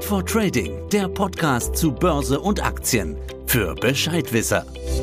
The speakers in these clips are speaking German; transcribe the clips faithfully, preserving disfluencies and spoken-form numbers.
for Trading, der Podcast zu Börse und Aktien für Bescheidwisser.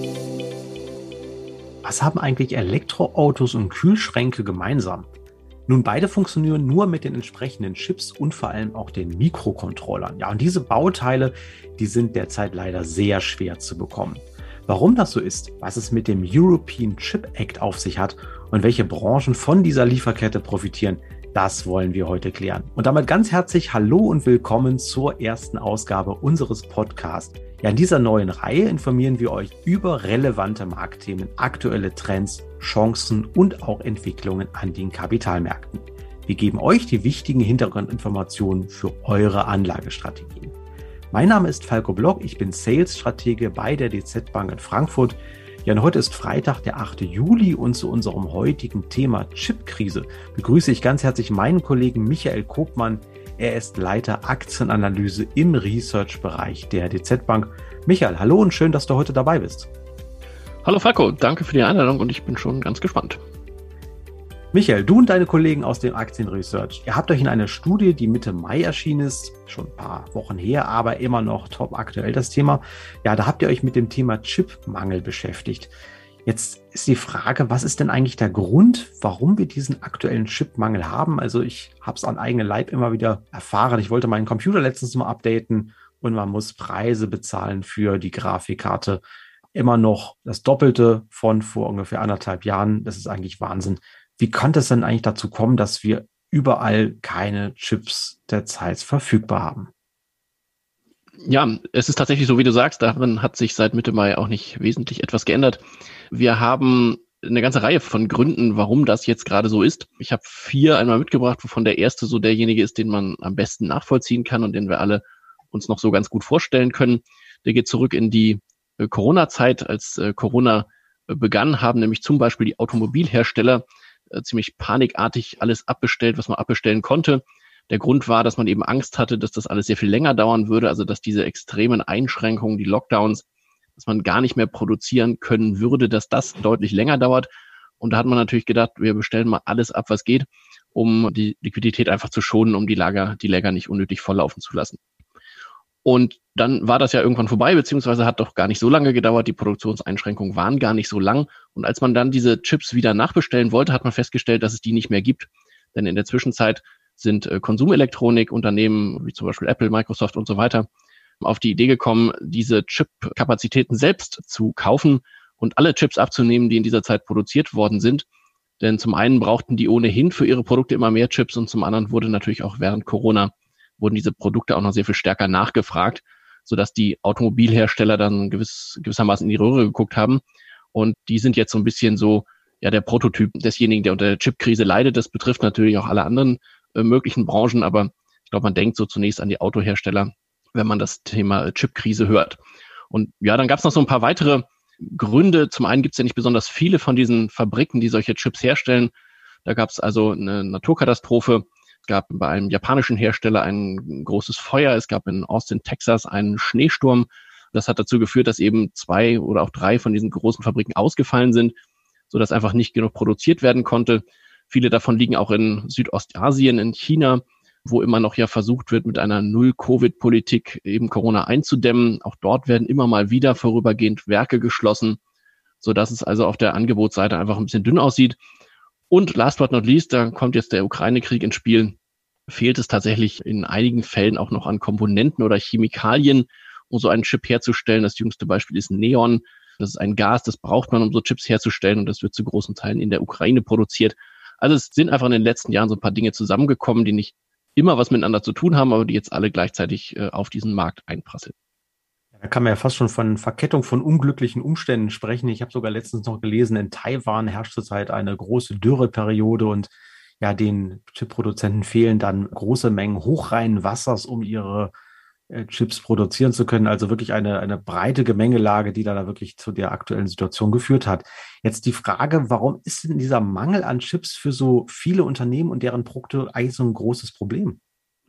Was haben eigentlich Elektroautos und Kühlschränke gemeinsam? Nun, beide funktionieren nur mit den entsprechenden Chips und vor allem auch den Mikrocontrollern. Ja, und diese Bauteile, die sind derzeit leider sehr schwer zu bekommen. Warum das so ist, was es mit dem European Chip Act auf sich hat und welche Branchen von dieser Lieferkette profitieren, das wollen wir heute klären. Und damit ganz herzlich Hallo und willkommen zur ersten Ausgabe unseres Podcasts. Ja, in dieser neuen Reihe informieren wir euch über relevante Marktthemen, aktuelle Trends, Chancen und auch Entwicklungen an den Kapitalmärkten. Wir geben euch die wichtigen Hintergrundinformationen für eure Anlagestrategien. Mein Name ist Falco Block, ich bin Sales-Stratege bei der D Z Bank in Frankfurt. Ja, und heute ist Freitag, der achte Juli, und zu unserem heutigen Thema Chipkrise begrüße ich ganz herzlich meinen Kollegen Michael Kopmann. Er ist Leiter Aktienanalyse im Research-Bereich der D Z Bank. Michael, hallo und schön, dass du heute dabei bist. Hallo Falco, danke für die Einladung und ich bin schon ganz gespannt. Michael, du und deine Kollegen aus dem Aktienresearch, ihr habt euch in einer Studie, die Mitte Mai erschienen ist, schon ein paar Wochen her, aber immer noch top aktuell das Thema. Ja, da habt ihr euch mit dem Thema Chipmangel beschäftigt. Jetzt ist die Frage, was ist denn eigentlich der Grund, warum wir diesen aktuellen Chipmangel haben? Also ich habe es an eigenem Leib immer wieder erfahren. Ich wollte meinen Computer letztens mal updaten und man muss Preise bezahlen für die Grafikkarte. Immer noch das Doppelte von vor ungefähr anderthalb Jahren. Das ist eigentlich Wahnsinn. Wie konnte es denn eigentlich dazu kommen, dass wir überall keine Chips derzeit verfügbar haben? Ja, es ist tatsächlich so, wie du sagst, darin hat sich seit Mitte Mai auch nicht wesentlich etwas geändert. Wir haben eine ganze Reihe von Gründen, warum das jetzt gerade so ist. Ich habe vier einmal mitgebracht, wovon der erste so derjenige ist, den man am besten nachvollziehen kann und den wir alle uns noch so ganz gut vorstellen können. Der geht zurück in die äh, Corona-Zeit. Als äh, Corona äh, begann, haben nämlich zum Beispiel die Automobilhersteller äh, ziemlich panikartig alles abbestellt, was man abbestellen konnte. Der Grund war, dass man eben Angst hatte, dass das alles sehr viel länger dauern würde, also dass diese extremen Einschränkungen, die Lockdowns, dass man gar nicht mehr produzieren können würde, dass das deutlich länger dauert. Und da hat man natürlich gedacht, wir bestellen mal alles ab, was geht, um die Liquidität einfach zu schonen, um die Lager, die Lager nicht unnötig volllaufen zu lassen. Und dann war das ja irgendwann vorbei, beziehungsweise hat doch gar nicht so lange gedauert. Die Produktionseinschränkungen waren gar nicht so lang. Und als man dann diese Chips wieder nachbestellen wollte, hat man festgestellt, dass es die nicht mehr gibt. Denn in der Zwischenzeit sind äh, Konsumelektronikunternehmen wie zum Beispiel Apple, Microsoft und so weiter auf die Idee gekommen, diese Chip-Kapazitäten selbst zu kaufen und alle Chips abzunehmen, die in dieser Zeit produziert worden sind. Denn zum einen brauchten die ohnehin für ihre Produkte immer mehr Chips und zum anderen wurde natürlich auch während Corona wurden diese Produkte auch noch sehr viel stärker nachgefragt, sodass die Automobilhersteller dann gewiss, gewissermaßen in die Röhre geguckt haben. Und die sind jetzt so ein bisschen so ja der Prototyp desjenigen, der unter der Chipkrise leidet. Das betrifft natürlich auch alle anderen äh, möglichen Branchen, aber ich glaube, man denkt so zunächst an die Autohersteller, wenn man das Thema Chipkrise hört. Und ja, dann gab es noch so ein paar weitere Gründe. Zum einen gibt es ja nicht besonders viele von diesen Fabriken, die solche Chips herstellen. Da gab es also eine Naturkatastrophe. Es gab bei einem japanischen Hersteller ein großes Feuer. Es gab in Austin, Texas einen Schneesturm. Das hat dazu geführt, dass eben zwei oder auch drei von diesen großen Fabriken ausgefallen sind, sodass einfach nicht genug produziert werden konnte. Viele davon liegen auch in Südostasien, in China, wo immer noch ja versucht wird, mit einer Null-Covid-Politik eben Corona einzudämmen. Auch dort werden immer mal wieder vorübergehend Werke geschlossen, sodass es also auf der Angebotsseite einfach ein bisschen dünn aussieht. Und last but not least, da kommt jetzt der Ukraine-Krieg ins Spiel, fehlt es tatsächlich in einigen Fällen auch noch an Komponenten oder Chemikalien, um so einen Chip herzustellen. Das jüngste Beispiel ist Neon. Das ist ein Gas, das braucht man, um so Chips herzustellen, und das wird zu großen Teilen in der Ukraine produziert. Also es sind einfach in den letzten Jahren so ein paar Dinge zusammengekommen, die nicht immer was miteinander zu tun haben, aber die jetzt alle gleichzeitig äh, auf diesen Markt einprasseln. Da kann man ja fast schon von Verkettung von unglücklichen Umständen sprechen. Ich habe sogar letztens noch gelesen, in Taiwan herrscht zurzeit eine große Dürreperiode und ja, den Chipproduzenten fehlen dann große Mengen hochreinen Wassers, um ihre äh, Chips produzieren zu können. Also wirklich eine, eine breite Gemengelage, die da, da wirklich zu der aktuellen Situation geführt hat. Jetzt die Frage, warum ist denn dieser Mangel an Chips für so viele Unternehmen und deren Produkte eigentlich so ein großes Problem?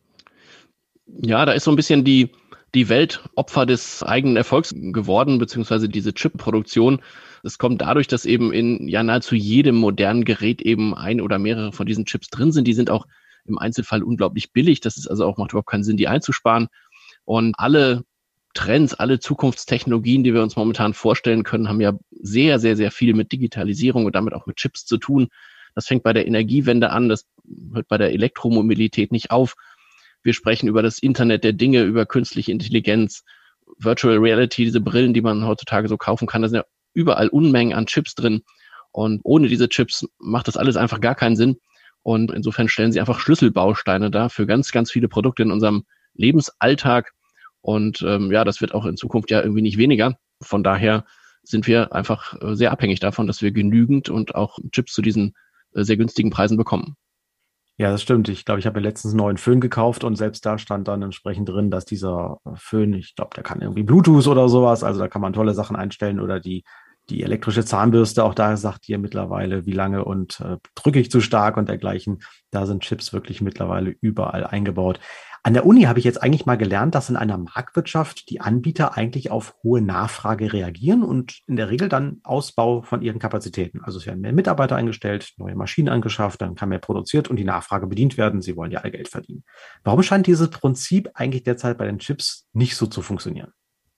Ja, da ist so ein bisschen die die Welt Opfer des eigenen Erfolgs geworden, beziehungsweise diese Chip-Produktion. Es kommt dadurch, dass eben in ja nahezu jedem modernen Gerät eben ein oder mehrere von diesen Chips drin sind. Die sind auch im Einzelfall unglaublich billig. Das ist also auch, macht überhaupt keinen Sinn, die einzusparen. Und alle Trends, alle Zukunftstechnologien, die wir uns momentan vorstellen können, haben ja sehr, sehr, sehr viel mit Digitalisierung und damit auch mit Chips zu tun. Das fängt bei der Energiewende an, das hört bei der Elektromobilität nicht auf. Wir sprechen über das Internet der Dinge, über künstliche Intelligenz, Virtual Reality, diese Brillen, die man heutzutage so kaufen kann. Da sind ja überall Unmengen an Chips drin. Und ohne diese Chips macht das alles einfach gar keinen Sinn. Und insofern stellen sie einfach Schlüsselbausteine dar für ganz, ganz viele Produkte in unserem Lebensalltag. Und ähm, ja, das wird auch in Zukunft ja irgendwie nicht weniger. Von daher sind wir einfach äh, sehr abhängig davon, dass wir genügend und auch Chips zu diesen äh, sehr günstigen Preisen bekommen. Ja, das stimmt. Ich glaube, ich habe ja letztens einen neuen Föhn gekauft und selbst da stand dann entsprechend drin, dass dieser Föhn, ich glaube, der kann irgendwie Bluetooth oder sowas, also da kann man tolle Sachen einstellen oder die die elektrische Zahnbürste, auch da sagt ihr mittlerweile, wie lange und äh, drücke ich zu stark und dergleichen. Da sind Chips wirklich mittlerweile überall eingebaut. An der Uni habe ich jetzt eigentlich mal gelernt, dass in einer Marktwirtschaft die Anbieter eigentlich auf hohe Nachfrage reagieren und in der Regel dann Ausbau von ihren Kapazitäten. Also es werden mehr Mitarbeiter eingestellt, neue Maschinen angeschafft, dann kann mehr produziert und die Nachfrage bedient werden. Sie wollen ja alle Geld verdienen. Warum scheint dieses Prinzip eigentlich derzeit bei den Chips nicht so zu funktionieren?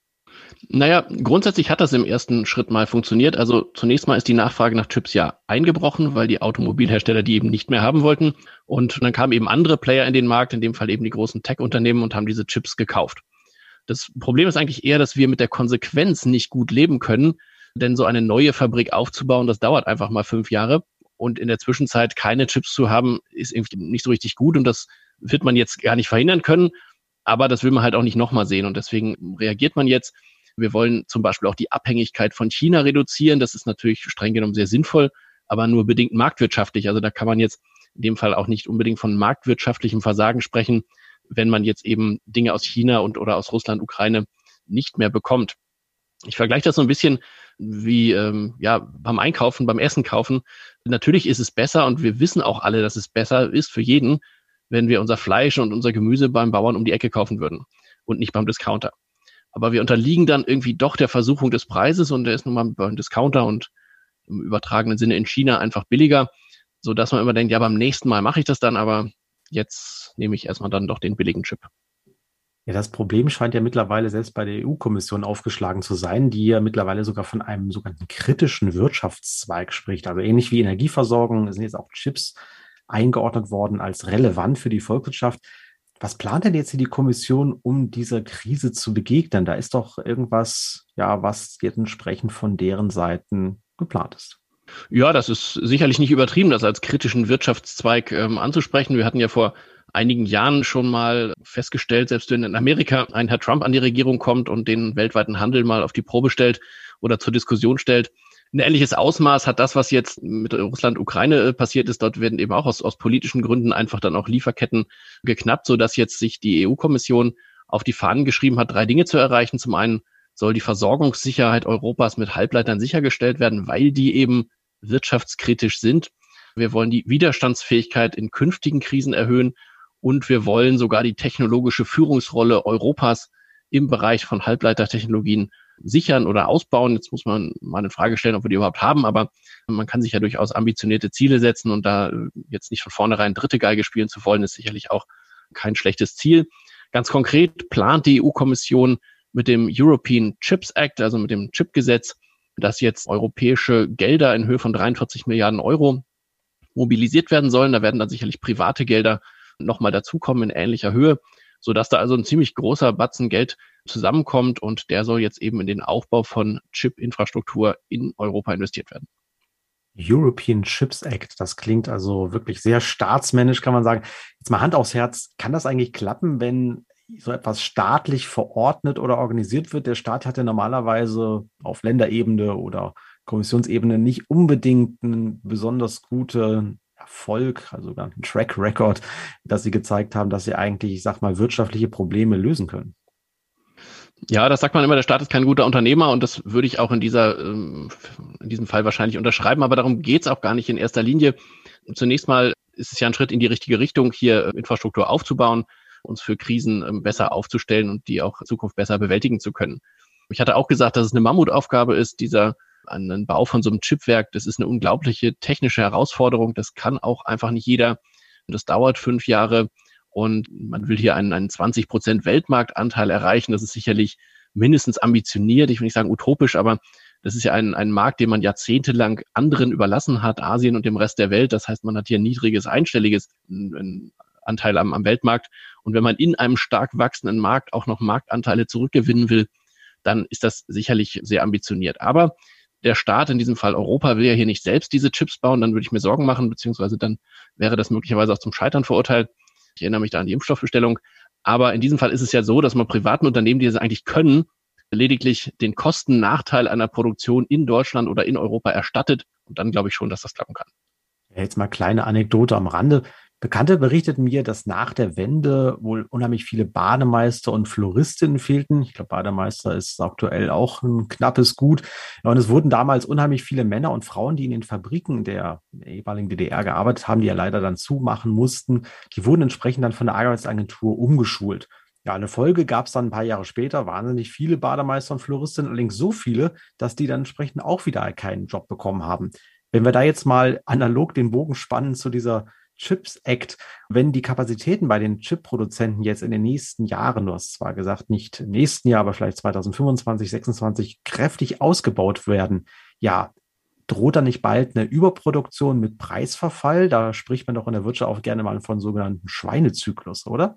Naja, grundsätzlich hat das im ersten Schritt mal funktioniert. Also zunächst mal ist die Nachfrage nach Chips ja eingebrochen, weil die Automobilhersteller die eben nicht mehr haben wollten. Und dann kamen eben andere Player in den Markt, in dem Fall eben die großen Tech-Unternehmen und haben diese Chips gekauft. Das Problem ist eigentlich eher, dass wir mit der Konsequenz nicht gut leben können, denn so eine neue Fabrik aufzubauen, das dauert einfach mal fünf Jahre. Und in der Zwischenzeit keine Chips zu haben, ist irgendwie nicht so richtig gut und das wird man jetzt gar nicht verhindern können. Aber das will man halt auch nicht nochmal sehen und deswegen reagiert man jetzt. Wir wollen zum Beispiel auch die Abhängigkeit von China reduzieren. Das ist natürlich streng genommen sehr sinnvoll, aber nur bedingt marktwirtschaftlich. Also da kann man jetzt in dem Fall auch nicht unbedingt von marktwirtschaftlichem Versagen sprechen, wenn man jetzt eben Dinge aus China und oder aus Russland, Ukraine nicht mehr bekommt. Ich vergleiche das so ein bisschen wie ähm, ja beim Einkaufen, beim Essen kaufen. Natürlich ist es besser und wir wissen auch alle, dass es besser ist für jeden, wenn wir unser Fleisch und unser Gemüse beim Bauern um die Ecke kaufen würden und nicht beim Discounter. Aber wir unterliegen dann irgendwie doch der Versuchung des Preises und der ist nun mal beim Discounter und im übertragenen Sinne in China einfach billiger, sodass man immer denkt, ja, beim nächsten Mal mache ich das dann, aber jetzt nehme ich erstmal dann doch den billigen Chip. Ja, das Problem scheint ja mittlerweile selbst bei der E U-Kommission aufgeschlagen zu sein, die ja mittlerweile sogar von einem sogenannten kritischen Wirtschaftszweig spricht. Also ähnlich wie Energieversorgung sind jetzt auch Chips eingeordnet worden als relevant für die Volkswirtschaft. Was plant denn jetzt hier die Kommission, um dieser Krise zu begegnen? Da ist doch irgendwas, ja, was jetzt entsprechend von deren Seiten geplant ist. Ja, das ist sicherlich nicht übertrieben, das als kritischen Wirtschaftszweig ähm, anzusprechen. Wir hatten ja vor einigen Jahren schon mal festgestellt, selbst wenn in Amerika ein Herr Trump an die Regierung kommt und den weltweiten Handel mal auf die Probe stellt oder zur Diskussion stellt, ein ähnliches Ausmaß hat das, was jetzt mit Russland-Ukraine passiert ist. Dort werden eben auch aus, aus politischen Gründen einfach dann auch Lieferketten geknappt, sodass jetzt sich die E U-Kommission auf die Fahnen geschrieben hat, drei Dinge zu erreichen. Zum einen soll die Versorgungssicherheit Europas mit Halbleitern sichergestellt werden, weil die eben wirtschaftskritisch sind. Wir wollen die Widerstandsfähigkeit in künftigen Krisen erhöhen und wir wollen sogar die technologische Führungsrolle Europas im Bereich von Halbleitertechnologien sichern oder ausbauen. Jetzt muss man mal eine Frage stellen, ob wir die überhaupt haben, aber man kann sich ja durchaus ambitionierte Ziele setzen und da jetzt nicht von vornherein dritte Geige spielen zu wollen, ist sicherlich auch kein schlechtes Ziel. Ganz konkret plant die E U-Kommission mit dem European Chips Act, also mit dem Chip-Gesetz, dass jetzt europäische Gelder in Höhe von dreiundvierzig Milliarden Euro mobilisiert werden sollen. Da werden dann sicherlich private Gelder nochmal dazukommen in ähnlicher Höhe, sodass da also ein ziemlich großer Batzen Geld zusammenkommt und der soll jetzt eben in den Aufbau von Chip-Infrastruktur in Europa investiert werden. European Chips Act, das klingt also wirklich sehr staatsmännisch, kann man sagen. Jetzt mal Hand aufs Herz, kann das eigentlich klappen, wenn so etwas staatlich verordnet oder organisiert wird? Der Staat hat ja normalerweise auf Länderebene oder Kommissionsebene nicht unbedingt einen besonders guten Erfolg, also sogar einen Track Record, dass sie gezeigt haben, dass sie eigentlich, ich sag mal, wirtschaftliche Probleme lösen können. Ja, das sagt man immer, der Staat ist kein guter Unternehmer und das würde ich auch in dieser, in diesem Fall wahrscheinlich unterschreiben, aber darum geht es auch gar nicht in erster Linie. Zunächst mal ist es ja ein Schritt in die richtige Richtung, hier Infrastruktur aufzubauen, uns für Krisen besser aufzustellen und die auch in Zukunft besser bewältigen zu können. Ich hatte auch gesagt, dass es eine Mammutaufgabe ist, dieser ein Bau von so einem Chipwerk. Das ist eine unglaubliche technische Herausforderung. Das kann auch einfach nicht jeder. Das dauert fünf Jahre und man will hier einen, einen zwanzig Prozent Weltmarktanteil erreichen. Das ist sicherlich mindestens ambitioniert, ich will nicht sagen utopisch, aber das ist ja ein, ein Markt, den man jahrzehntelang anderen überlassen hat, Asien und dem Rest der Welt. Das heißt, man hat hier ein niedriges, einstelliges ein Anteil am, am Weltmarkt. Und wenn man in einem stark wachsenden Markt auch noch Marktanteile zurückgewinnen will, dann ist das sicherlich sehr ambitioniert. Aber der Staat, in diesem Fall Europa, will ja hier nicht selbst diese Chips bauen. Dann würde ich mir Sorgen machen, beziehungsweise dann wäre das möglicherweise auch zum Scheitern verurteilt. Ich erinnere mich da an die Impfstoffbestellung. Aber in diesem Fall ist es ja so, dass man privaten Unternehmen, die das eigentlich können, lediglich den Kostennachteil einer Produktion in Deutschland oder in Europa erstattet. Und dann glaube ich schon, dass das klappen kann. Jetzt mal kleine Anekdote am Rande. Bekannte berichteten mir, dass nach der Wende wohl unheimlich viele Bademeister und Floristinnen fehlten. Ich glaube, Bademeister ist aktuell auch ein knappes Gut. Ja, und es wurden damals unheimlich viele Männer und Frauen, die in den Fabriken der ehemaligen D D R gearbeitet haben, die ja leider dann zumachen mussten, die wurden entsprechend dann von der Arbeitsagentur umgeschult. Ja, eine Folge gab es dann ein paar Jahre später, wahnsinnig viele Bademeister und Floristinnen, allerdings so viele, dass die dann entsprechend auch wieder keinen Job bekommen haben. Wenn wir da jetzt mal analog den Bogen spannen zu dieser Chips Act, wenn die Kapazitäten bei den Chip-Produzenten jetzt in den nächsten Jahren, du hast zwar gesagt, nicht im nächsten Jahr, aber vielleicht zwanzig fünfundzwanzig, sechsundzwanzig kräftig ausgebaut werden, ja, droht da nicht bald eine Überproduktion mit Preisverfall? Da spricht man doch in der Wirtschaft auch gerne mal von sogenannten Schweinezyklus, oder?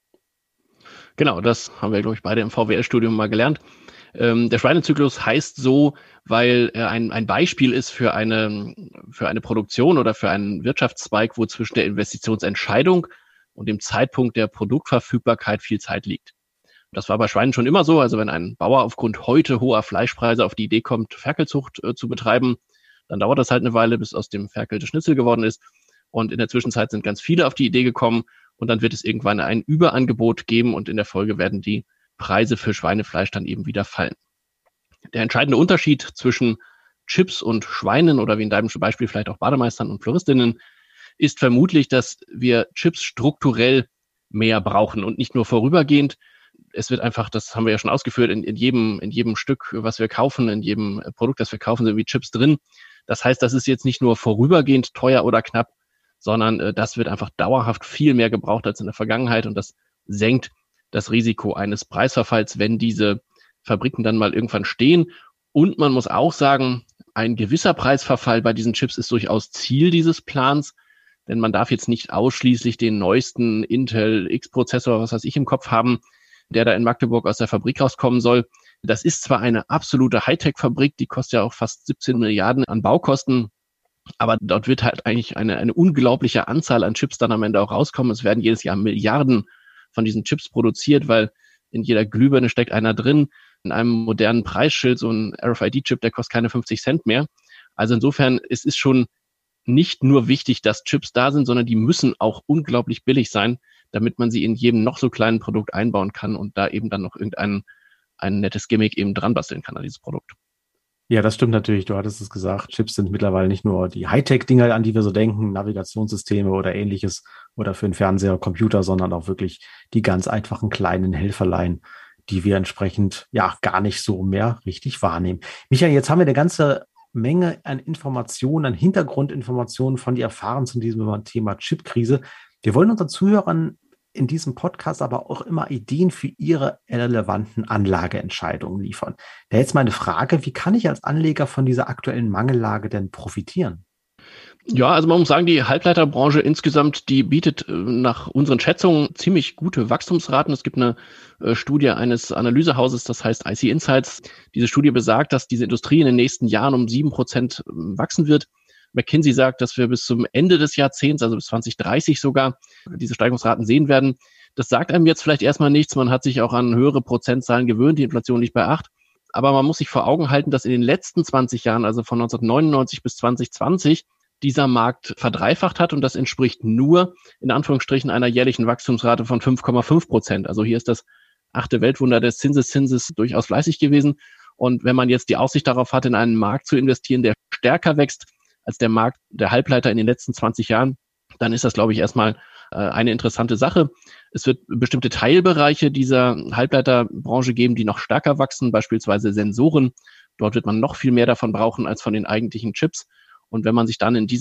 Genau, das haben wir, glaube ich, beide im V W L-Studium mal gelernt. Ähm, der Schweinezyklus heißt so, weil er ein, ein Beispiel ist für eine, für eine Produktion oder für einen Wirtschaftszweig, wo zwischen der Investitionsentscheidung und dem Zeitpunkt der Produktverfügbarkeit viel Zeit liegt. Das war bei Schweinen schon immer so. Also wenn ein Bauer aufgrund heute hoher Fleischpreise auf die Idee kommt, Ferkelzucht äh, zu betreiben, dann dauert das halt eine Weile, bis aus dem Ferkel das Schnitzel geworden ist. Und in der Zwischenzeit sind ganz viele auf die Idee gekommen und dann wird es irgendwann ein Überangebot geben und in der Folge werden die Preise für Schweinefleisch dann eben wieder fallen. Der entscheidende Unterschied zwischen Chips und Schweinen oder wie in deinem Beispiel vielleicht auch Bademeistern und Floristinnen ist vermutlich, dass wir Chips strukturell mehr brauchen und nicht nur vorübergehend. Es wird einfach, das haben wir ja schon ausgeführt, in, in jedem, in jedem Stück, was wir kaufen, in jedem Produkt, das wir kaufen, sind wie Chips drin. Das heißt, das ist jetzt nicht nur vorübergehend teuer oder knapp, sondern äh, das wird einfach dauerhaft viel mehr gebraucht als in der Vergangenheit und das senkt das Risiko eines Preisverfalls, wenn diese Fabriken dann mal irgendwann stehen. Und man muss auch sagen, ein gewisser Preisverfall bei diesen Chips ist durchaus Ziel dieses Plans, denn man darf jetzt nicht ausschließlich den neuesten Intel X-Prozessor, was weiß ich, im Kopf haben, der da in Magdeburg aus der Fabrik rauskommen soll. Das ist zwar eine absolute Hightech-Fabrik, die kostet ja auch fast siebzehn Milliarden an Baukosten, aber dort wird halt eigentlich eine, eine unglaubliche Anzahl an Chips dann am Ende auch rauskommen. Es werden jedes Jahr Milliarden von diesen Chips produziert, weil in jeder Glühbirne steckt einer drin. In einem modernen Preisschild, so ein R F I D-Chip, der kostet keine fünfzig Cent mehr. Also insofern, es ist schon nicht nur wichtig, dass Chips da sind, sondern die müssen auch unglaublich billig sein, damit man sie in jedem noch so kleinen Produkt einbauen kann und da eben dann noch irgendein ein nettes Gimmick eben dran basteln kann an dieses Produkt. Ja, das stimmt natürlich. Du hattest es gesagt. Chips sind mittlerweile nicht nur die Hightech-Dinger, an die wir so denken, Navigationssysteme oder ähnliches oder für den Fernseher, Computer, sondern auch wirklich die ganz einfachen kleinen Helferlein, die wir entsprechend ja gar nicht so mehr richtig wahrnehmen. Michael, jetzt haben wir eine ganze Menge an Informationen, an Hintergrundinformationen von dir erfahren zu diesem Thema Chipkrise. Wir wollen unseren Zuhörern in diesem Podcast aber auch immer Ideen für ihre relevanten Anlageentscheidungen liefern. Da jetzt meine Frage, wie kann ich als Anleger von dieser aktuellen Mangellage denn profitieren? Ja, also man muss sagen, die Halbleiterbranche insgesamt, die bietet nach unseren Schätzungen ziemlich gute Wachstumsraten. Es gibt eine äh, Studie eines Analysehauses, das heißt I C Insights. Diese Studie besagt, dass diese Industrie in den nächsten Jahren um sieben Prozent wachsen wird. McKinsey sagt, dass wir bis zum Ende des Jahrzehnts, also bis zwanzig dreißig sogar, diese Steigungsraten sehen werden. Das sagt einem jetzt vielleicht erstmal nichts. Man hat sich auch an höhere Prozentzahlen gewöhnt. Die Inflation liegt bei acht. Aber man muss sich vor Augen halten, dass in den letzten zwanzig Jahren, also von neunzehnhundertneunundneunzig bis zwanzig zwanzig, dieser Markt verdreifacht hat. Und das entspricht nur, in Anführungsstrichen, einer jährlichen Wachstumsrate von fünf Komma fünf Prozent. Also hier ist das achte Weltwunder des Zinseszinses durchaus fleißig gewesen. Und wenn man jetzt die Aussicht darauf hat, in einen Markt zu investieren, der stärker wächst als der Markt der Halbleiter in den letzten zwanzig Jahren, dann ist das, glaube ich, erstmal äh, eine interessante Sache. Es wird bestimmte Teilbereiche dieser Halbleiterbranche geben, die noch stärker wachsen, beispielsweise Sensoren. Dort wird man noch viel mehr davon brauchen als von den eigentlichen Chips. Und wenn man sich dann in dieser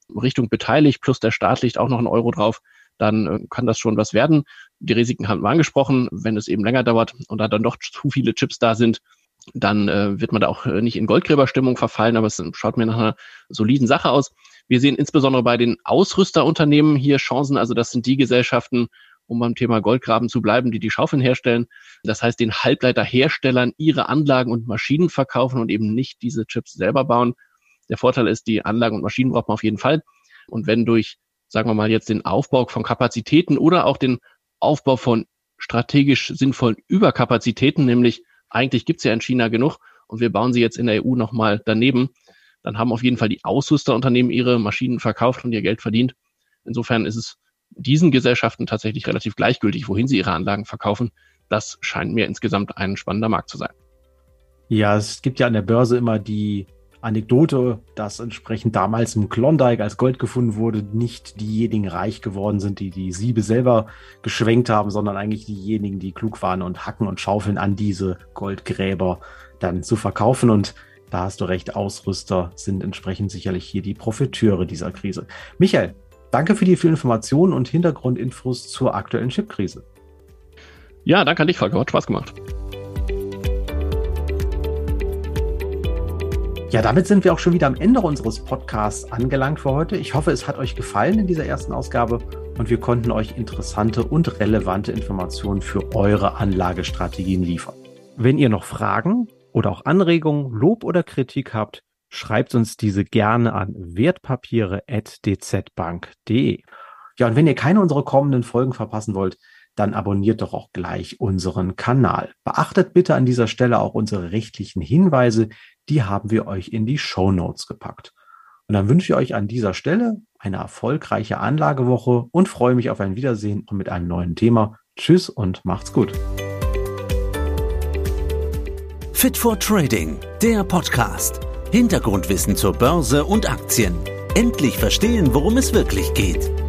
Richtung beteiligt, plus der Staat legt auch noch einen Euro drauf, dann äh, kann das schon was werden. Die Risiken haben wir angesprochen. Wenn es eben länger dauert und da dann doch zu viele Chips da sind, dann äh, wird man da auch nicht in Goldgräberstimmung verfallen, aber es schaut mir nach einer soliden Sache aus. Wir sehen insbesondere bei den Ausrüsterunternehmen hier Chancen, also das sind die Gesellschaften, um beim Thema Goldgraben zu bleiben, die die Schaufeln herstellen. Das heißt, den Halbleiterherstellern ihre Anlagen und Maschinen verkaufen und eben nicht diese Chips selber bauen. Der Vorteil ist, die Anlagen und Maschinen braucht man auf jeden Fall. Und wenn durch, sagen wir mal, jetzt den Aufbau von Kapazitäten oder auch den Aufbau von strategisch sinnvollen Überkapazitäten, nämlich eigentlich gibt's ja in China genug und wir bauen sie jetzt in der E U nochmal daneben, dann haben auf jeden Fall die Ausrüsterunternehmen ihre Maschinen verkauft und ihr Geld verdient. Insofern ist es diesen Gesellschaften tatsächlich relativ gleichgültig, wohin sie ihre Anlagen verkaufen. Das scheint mir insgesamt ein spannender Markt zu sein. Ja, es gibt ja an der Börse immer die Anekdote, dass entsprechend damals im Klondike, als Gold gefunden wurde, nicht diejenigen reich geworden sind, die die Siebe selber geschwenkt haben, sondern eigentlich diejenigen, die klug waren und Hacken und Schaufeln an diese Goldgräber dann zu verkaufen. Und da hast du recht, Ausrüster sind entsprechend sicherlich hier die Profiteure dieser Krise. Michael, danke für die vielen Informationen und Hintergrundinfos zur aktuellen Chipkrise. Ja, danke an dich, Volker. Hat Spaß gemacht. Ja, damit sind wir auch schon wieder am Ende unseres Podcasts angelangt für heute. Ich hoffe, es hat euch gefallen in dieser ersten Ausgabe und wir konnten euch interessante und relevante Informationen für eure Anlagestrategien liefern. Wenn ihr noch Fragen oder auch Anregungen, Lob oder Kritik habt, schreibt uns diese gerne an wertpapiere at d z bank punkt d e. Ja, und wenn ihr keine unserer kommenden Folgen verpassen wollt, dann abonniert doch auch gleich unseren Kanal. Beachtet bitte an dieser Stelle auch unsere rechtlichen Hinweise, die haben wir euch in die Shownotes gepackt. Und dann wünsche ich euch an dieser Stelle eine erfolgreiche Anlagewoche und freue mich auf ein Wiedersehen und mit einem neuen Thema. Tschüss und macht's gut. Fit for Trading, der Podcast. Hintergrundwissen zur Börse und Aktien. Endlich verstehen, worum es wirklich geht.